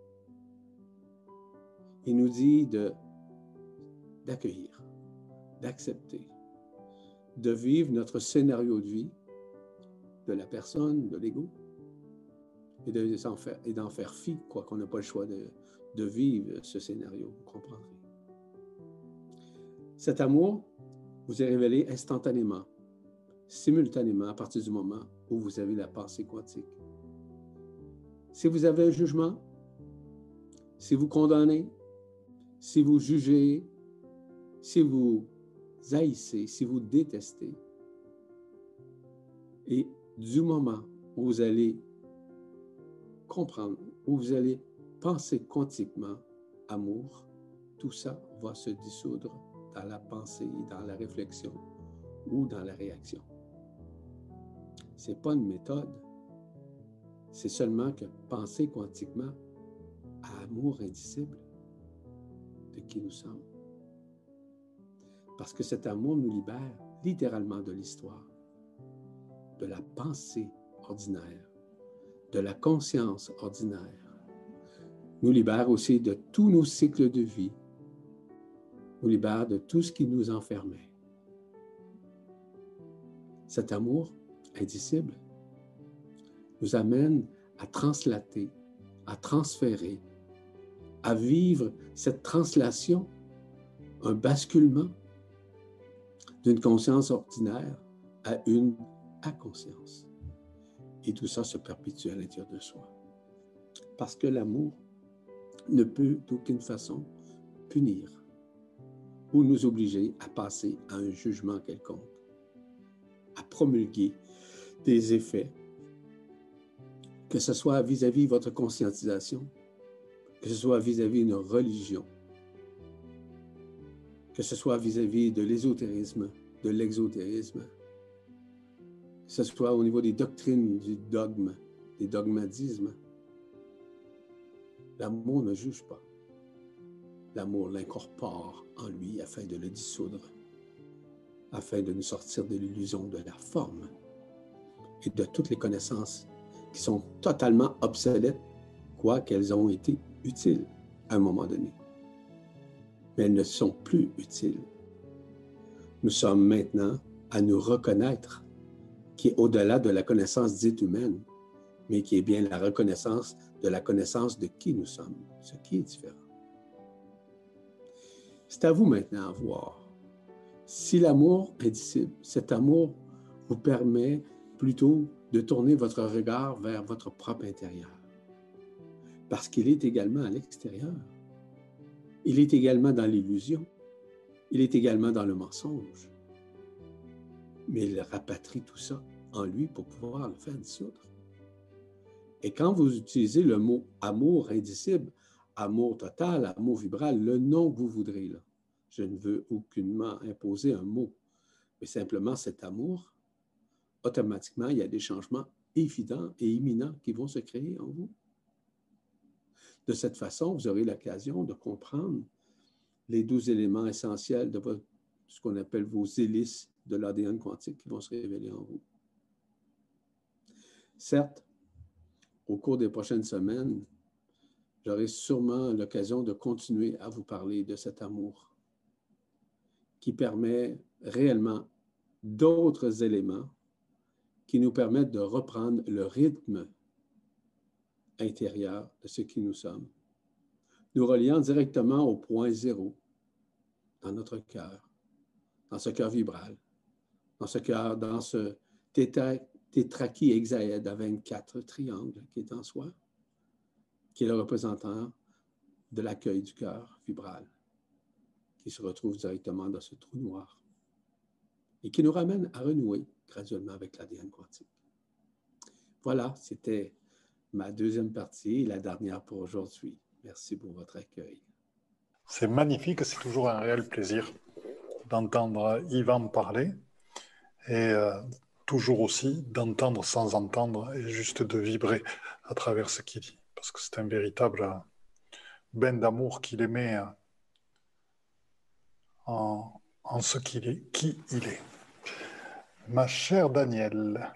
Il nous dit d'accueillir, d'accepter, de vivre notre scénario de vie de la personne, de l'ego, et d'en faire fi, quoi qu'on n'a pas le choix de vivre ce scénario, vous comprendrez. Cet amour vous est révélé instantanément, simultanément, à partir du moment où vous avez la pensée quantique. Si vous avez un jugement, si vous condamnez, si vous jugez, si vous haïssez, si vous détestez, et du moment où vous allez comprendre, où vous allez penser quantiquement amour, tout ça va se dissoudre dans la pensée, dans la réflexion ou dans la réaction. Ce n'est pas une méthode, c'est seulement que penser quantiquement à amour indicible de qui nous sommes. Parce que cet amour nous libère littéralement de l'histoire, de la pensée ordinaire, de la conscience ordinaire, nous libère aussi de tous nos cycles de vie, nous libère de tout ce qui nous enfermait. Cet amour indicible nous amène à translater, à transférer, à vivre cette translation, un basculement d'une conscience ordinaire à une inconscience. Et tout ça se perpétue à l'intérieur de soi. Parce que l'amour ne peut d'aucune façon punir ou nous obliger à passer à un jugement quelconque, à promulguer des effets, que ce soit vis-à-vis de votre conscientisation, que ce soit vis-à-vis d'une religion, que ce soit vis-à-vis de l'ésotérisme, de l'exotérisme, que ce soit au niveau des doctrines, du dogme, des dogmatismes. L'amour ne juge pas. L'amour l'incorpore en lui afin de le dissoudre. afin de nous sortir de l'illusion de la forme et de toutes les connaissances qui sont totalement obsolètes, quoiqu'elles ont été utiles à un moment donné. Mais elles ne sont plus utiles. Nous sommes maintenant à nous reconnaître, qui est au-delà de la connaissance dite humaine, mais qui est bien la reconnaissance de la connaissance de qui nous sommes, ce qui est différent. C'est à vous maintenant à voir. Si l'amour indicible, cet amour vous permet plutôt de tourner votre regard vers votre propre intérieur, parce qu'il est également à l'extérieur. Il est également dans l'illusion. Il est également dans le mensonge. Mais il rapatrie tout ça en lui pour pouvoir le faire dissoudre. Et quand vous utilisez le mot amour indicible, amour total, amour vibral, le nom que vous voudrez là, je ne veux aucunement imposer un mot, mais simplement cet amour, automatiquement, il y a des changements évidents et imminents qui vont se créer en vous. De cette façon, vous aurez l'occasion de comprendre les 12 éléments essentiels de ce qu'on appelle vos hélices de l'ADN quantique qui vont se révéler en vous. Certes, au cours des prochaines semaines, j'aurai sûrement l'occasion de continuer à vous parler de cet amour qui permet réellement d'autres éléments qui nous permettent de reprendre le rythme intérieur de ce qui nous sommes, nous reliant directement au point zéro dans notre cœur, dans ce cœur vibral, dans ce cœur, dans ce tétrachihexaède à 24 triangles qui est en soi, qui est le représentant de l'accueil du cœur vibral, qui se retrouve directement dans ce trou noir et qui nous ramène à renouer graduellement avec l'ADN quantique. Voilà, c'était ma deuxième partie et la dernière pour aujourd'hui. Merci pour votre accueil. C'est magnifique, c'est toujours un réel plaisir d'entendre Yvan parler et toujours aussi d'entendre sans entendre et juste de vibrer à travers ce qu'il dit. Parce que c'est un véritable bain d'amour qu'il émet en ce qu'il est, qui il est. Ma chère Danielle.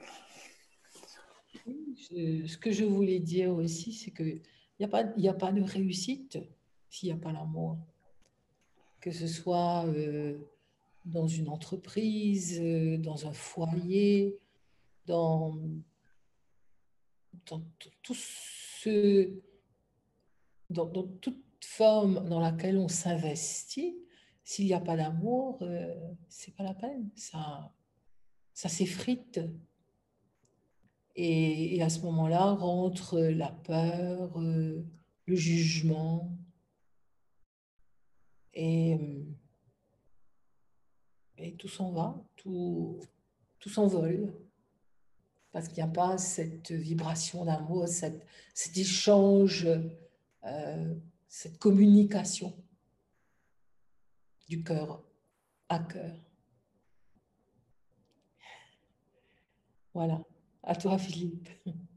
Ce que je voulais dire aussi, c'est qu'il n'y a pas de réussite s'il n'y a pas l'amour. Que ce soit dans une entreprise, dans un foyer, dans toute forme dans laquelle on s'investit, s'il n'y a pas d'amour, c'est pas la peine. Ça s'effrite. Et à ce moment-là rentre la peur, le jugement, et tout s'en va, tout s'envole, parce qu'il n'y a pas cette vibration d'amour, cet échange, cette communication du cœur à cœur. Voilà. À toi, Philippe.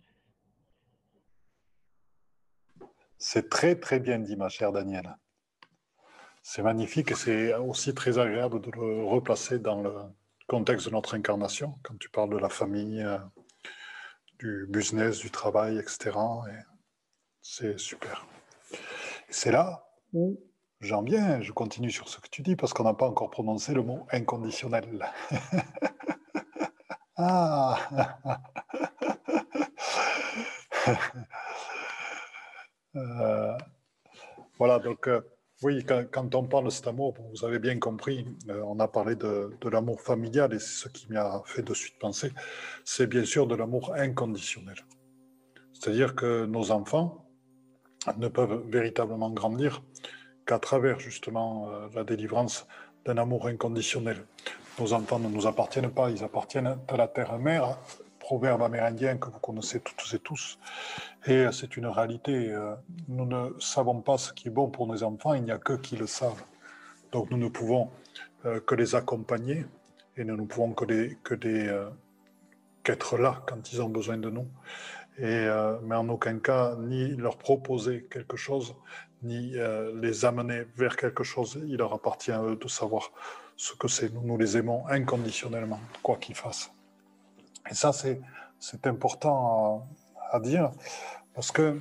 C'est très, très bien dit, ma chère Danielle. C'est magnifique et c'est aussi très agréable de le replacer dans le contexte de notre incarnation, quand tu parles de la famille, du business, du travail, etc. Et c'est super. Et c'est là où j'en viens, je continue sur ce que tu dis, parce qu'on n'a pas encore prononcé le mot inconditionnel. Ah Voilà, donc oui, quand on parle de cet amour, vous avez bien compris, on a parlé de l'amour familial et c'est ce qui m'a fait de suite penser, c'est bien sûr de l'amour inconditionnel. C'est-à-dire que nos enfants ne peuvent véritablement grandir qu'à travers justement la délivrance d'un amour inconditionnel. Nos enfants ne nous appartiennent pas, ils appartiennent à la terre-mère, proverbe amérindien que vous connaissez toutes et tous. Et c'est une réalité. Nous ne savons pas ce qui est bon pour nos enfants, il n'y a qu'eux qui le savent. Donc nous ne pouvons que les accompagner et nous ne pouvons qu'être là quand ils ont besoin de nous. Mais en aucun cas, ni leur proposer quelque chose, ni les amener vers quelque chose. Il leur appartient à eux de savoir ce que c'est. Nous les aimons inconditionnellement, quoi qu'ils fassent. Et ça, c'est important à dire, parce que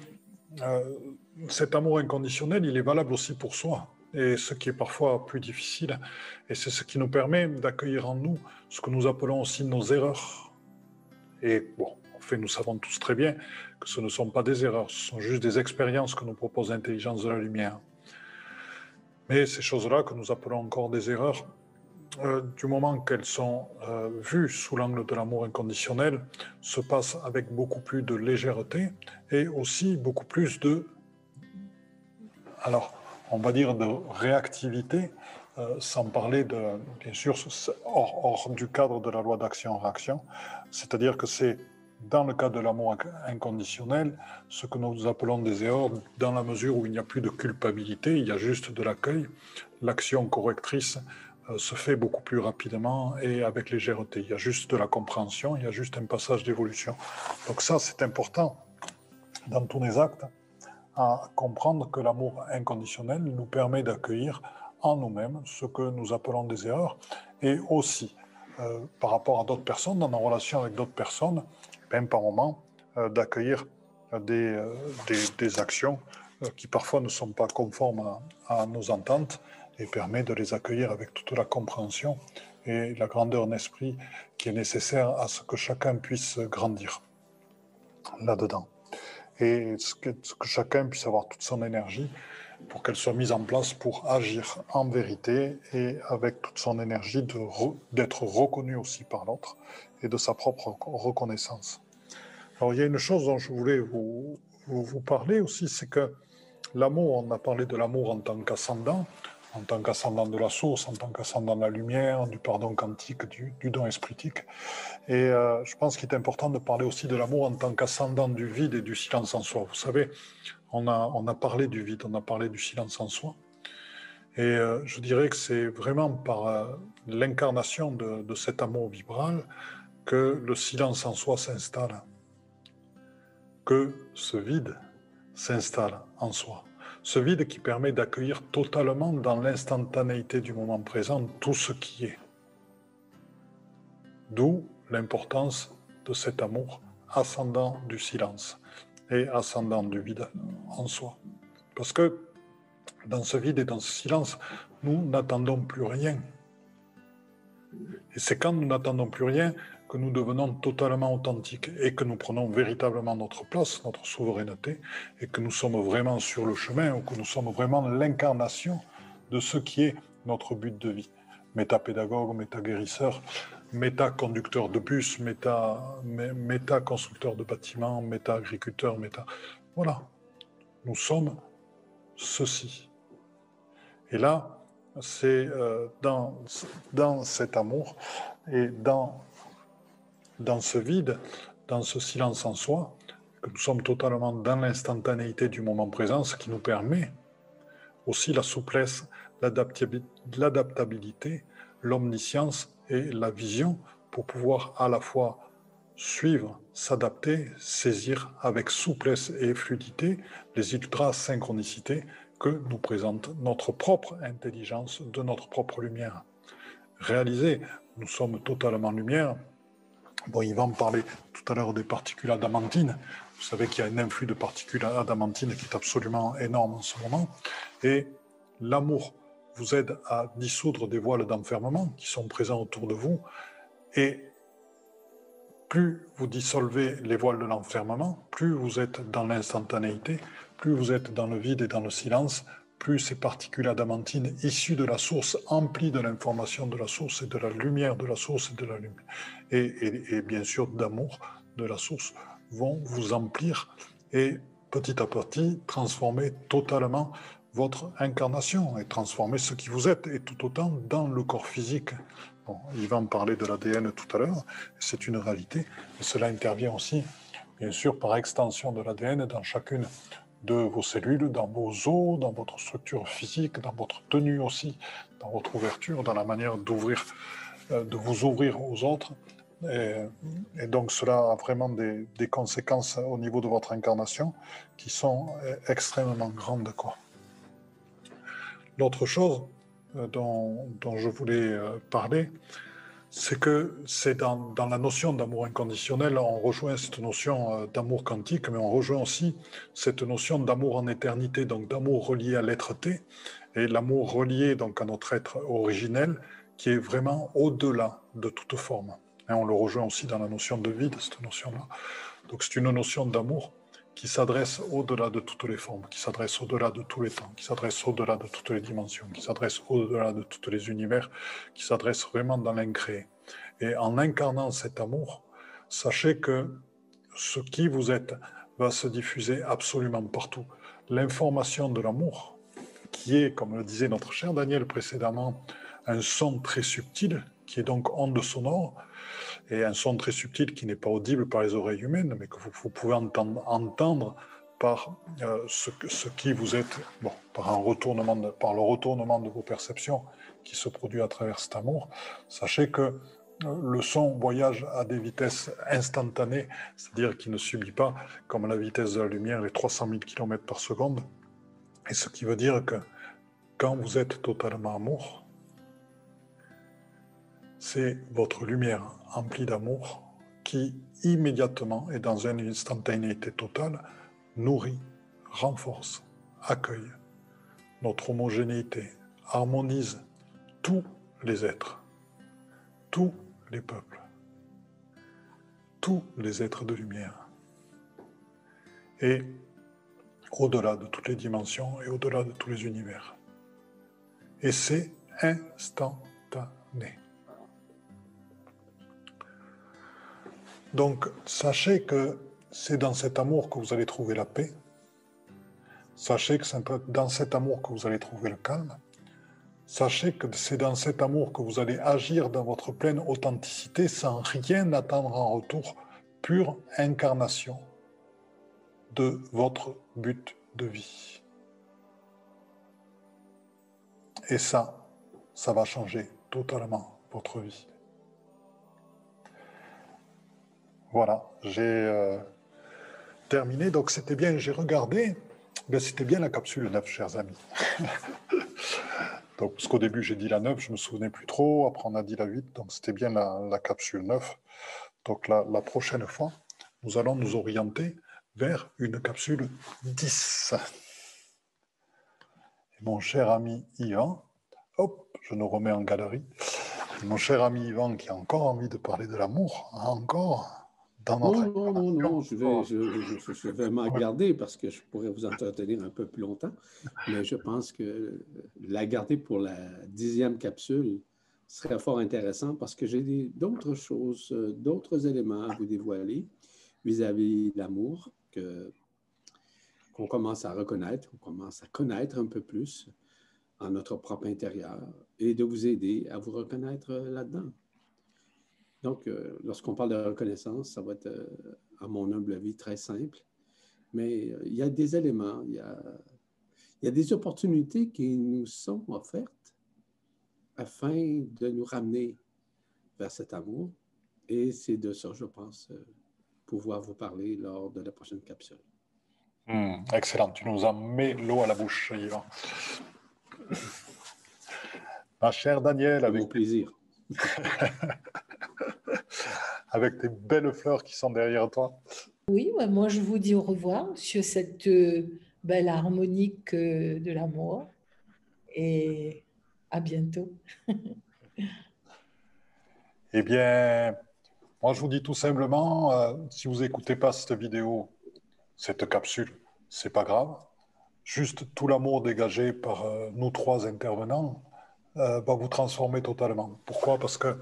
cet amour inconditionnel, il est valable aussi pour soi. Et ce qui est parfois plus difficile, et c'est ce qui nous permet d'accueillir en nous ce que nous appelons aussi nos erreurs. Et bon, en fait, nous savons tous très bien que ce ne sont pas des erreurs, ce sont juste des expériences que nous propose l'intelligence de la lumière. Mais ces choses-là, que nous appelons encore des erreurs, du moment qu'elles sont vues sous l'angle de l'amour inconditionnel, se passent avec beaucoup plus de légèreté et aussi beaucoup plus de, alors, on va dire de réactivité, sans parler de, bien sûr, hors du cadre de la loi d'action-réaction, c'est-à-dire que c'est dans le cas de l'amour inconditionnel, ce que nous appelons des erreurs, dans la mesure où il n'y a plus de culpabilité, il y a juste de l'accueil, l'action correctrice se fait beaucoup plus rapidement et avec légèreté. Il y a juste de la compréhension, il y a juste un passage d'évolution. Donc ça, c'est important dans tous les actes, à comprendre que l'amour inconditionnel nous permet d'accueillir en nous-mêmes ce que nous appelons des erreurs, et aussi par rapport à d'autres personnes, dans nos relations avec d'autres personnes, même par moment, d'accueillir des actions qui parfois ne sont pas conformes à nos ententes, et permet de les accueillir avec toute la compréhension et la grandeur d'esprit qui est nécessaire à ce que chacun puisse grandir là-dedans. Et que chacun puisse avoir toute son énergie pour qu'elle soit mise en place pour agir en vérité et avec toute son énergie d'être reconnu aussi par l'autre et de sa propre reconnaissance. Alors il y a une chose dont je voulais vous parler aussi, c'est que l'amour, on a parlé de l'amour en tant qu'ascendant de la source, en tant qu'ascendant de la lumière, du pardon quantique, du don espritique. Et je pense qu'il est important de parler aussi de l'amour en tant qu'ascendant du vide et du silence en soi. Vous savez, on a parlé du vide, on a parlé du silence en soi. Et je dirais que c'est vraiment par l'incarnation de cet amour vibral que le silence en soi s'installe, que ce vide s'installe en soi. Ce vide qui permet d'accueillir totalement dans l'instantanéité du moment présent tout ce qui est. D'où l'importance de cet amour ascendant du silence et ascendant du vide en soi. Parce que dans ce vide et dans ce silence, nous n'attendons plus rien. Et c'est quand nous n'attendons plus rien que nous devenons totalement authentiques et que nous prenons véritablement notre place, notre souveraineté, et que nous sommes vraiment sur le chemin, ou que nous sommes vraiment l'incarnation de ce qui est notre but de vie. Métapédagogue, métaguérisseur, méta-conducteur de bus, méta-constructeur de bâtiments, méta-agriculteur, Voilà, nous sommes ceci. Et là, c'est dans cet amour et dans ce vide, dans ce silence en soi, que nous sommes totalement dans l'instantanéité du moment présent, ce qui nous permet aussi la souplesse, l'adaptabilité, l'omniscience et la vision pour pouvoir à la fois suivre, s'adapter, saisir avec souplesse et fluidité les ultra-synchronicités que nous présente notre propre intelligence de notre propre lumière. Réalisez, nous sommes totalement lumière. Bon, il va en parler tout à l'heure des particules adamantines. Vous savez qu'il y a un influx de particules adamantines qui est absolument énorme en ce moment. Et l'amour vous aide à dissoudre des voiles d'enfermement qui sont présents autour de vous. Et plus vous dissolvez les voiles de l'enfermement, plus vous êtes dans l'instantanéité, plus vous êtes dans le vide et dans le silence, plus ces particules adamantines issues de la source, emplies de l'information de la source et de la lumière de la source et de la lumière, et bien sûr d'amour de la source, vont vous emplir et petit à petit transformer totalement votre incarnation et transformer ce qui vous êtes, et tout autant dans le corps physique. Bon, il va en parler de l'ADN tout à l'heure, c'est une réalité, et cela intervient aussi, bien sûr, par extension de l'ADN dans chacune de vos cellules, dans vos os, dans votre structure physique, dans votre tenue aussi, dans votre ouverture, dans la manière d'ouvrir, de vous ouvrir aux autres. Et donc cela a vraiment des conséquences au niveau de votre incarnation qui sont extrêmement grandes, quoi. L'autre chose dont je voulais parler, c'est que c'est dans la notion d'amour inconditionnel, on rejoint cette notion d'amour quantique, mais on rejoint aussi cette notion d'amour en éternité, donc d'amour relié à l'être-té, et l'amour relié donc à notre être originel, qui est vraiment au-delà de toute forme. Et on le rejoint aussi dans la notion de vide, cette notion-là. Donc c'est une notion d'amour qui s'adresse au-delà de toutes les formes, qui s'adresse au-delà de tous les temps, qui s'adresse au-delà de toutes les dimensions, qui s'adresse au-delà de tous les univers, qui s'adresse vraiment dans l'incréé. Et en incarnant cet amour, sachez que ce qui vous êtes va se diffuser absolument partout. L'information de l'amour, qui est, comme le disait notre cher Daniel précédemment, un son très subtil, qui est donc onde sonore, et un son très subtil qui n'est pas audible par les oreilles humaines, mais que vous pouvez entendre par ce qui vous êtes, bon, par le retournement de vos perceptions qui se produit à travers cet amour. Sachez que le son voyage à des vitesses instantanées, c'est-à-dire qu'il ne subit pas, comme la vitesse de la lumière, les 300 000 km par seconde. Et ce qui veut dire que quand vous êtes totalement amour, c'est votre lumière emplie d'amour qui, immédiatement et dans une instantanéité totale, nourrit, renforce, accueille notre homogénéité, harmonise tous les êtres, tous les peuples, tous les êtres de lumière. Et au-delà de toutes les dimensions et au-delà de tous les univers. Et c'est instantané. Donc, sachez que c'est dans cet amour que vous allez trouver la paix. Sachez que c'est dans cet amour que vous allez trouver le calme. Sachez que c'est dans cet amour que vous allez agir dans votre pleine authenticité sans rien attendre en retour, pure incarnation de votre but de vie. Et ça va changer totalement votre vie. Voilà, j'ai terminé. Donc c'était bien, j'ai regardé, c'était bien la capsule 9, chers amis. Donc, parce qu'au début j'ai dit la 9, je ne me souvenais plus trop, après on a dit la 8, donc c'était bien la capsule 9. Donc la prochaine fois, nous allons nous orienter vers une capsule 10. Et mon cher ami Yvan, hop, je nous remets en galerie. Mon cher ami Yvan qui a encore envie de parler de l'amour, encore dans notre Non, je vais m'en garder parce que je pourrais vous entretenir un peu plus longtemps, mais je pense que la garder pour la 10e capsule serait fort intéressant parce que j'ai d'autres choses, d'autres éléments à vous dévoiler vis-à-vis de l'amour qu'on commence à reconnaître, qu'on commence à connaître un peu plus en notre propre intérieur et de vous aider à vous reconnaître là-dedans. Donc, lorsqu'on parle de reconnaissance, ça va être, à mon humble avis, très simple. Mais il y a des éléments, il y a des opportunités qui nous sont offertes afin de nous ramener vers cet amour. Et c'est de ça, je pense, pouvoir vous parler lors de la prochaine capsule. Excellent, tu nous en mets l'eau à la bouche, Yvan. Ma chère Daniel, avec mon plaisir. Avec tes belles fleurs qui sont derrière toi. Oui, moi je vous dis au revoir sur cette belle harmonique de l'amour et à bientôt. Eh bien, moi je vous dis tout simplement, si vous n'écoutez pas cette vidéo, cette capsule, c'est pas grave. Juste tout l'amour dégagé par nous trois intervenants va vous transformer totalement. Pourquoi? Parce que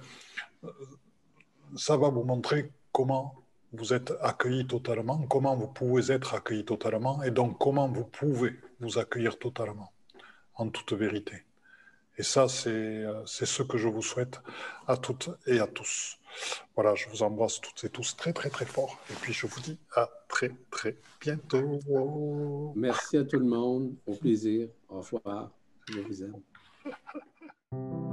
ça va vous montrer comment vous êtes accueillis totalement, comment vous pouvez être accueillis totalement, et donc comment vous pouvez vous accueillir totalement, en toute vérité. Et ça, c'est ce que je vous souhaite à toutes et à tous. Voilà, je vous embrasse toutes et tous très, très, très fort. Et puis, je vous dis à très, très bientôt. Merci à tout le monde. Au plaisir. Au revoir. Je vous aime.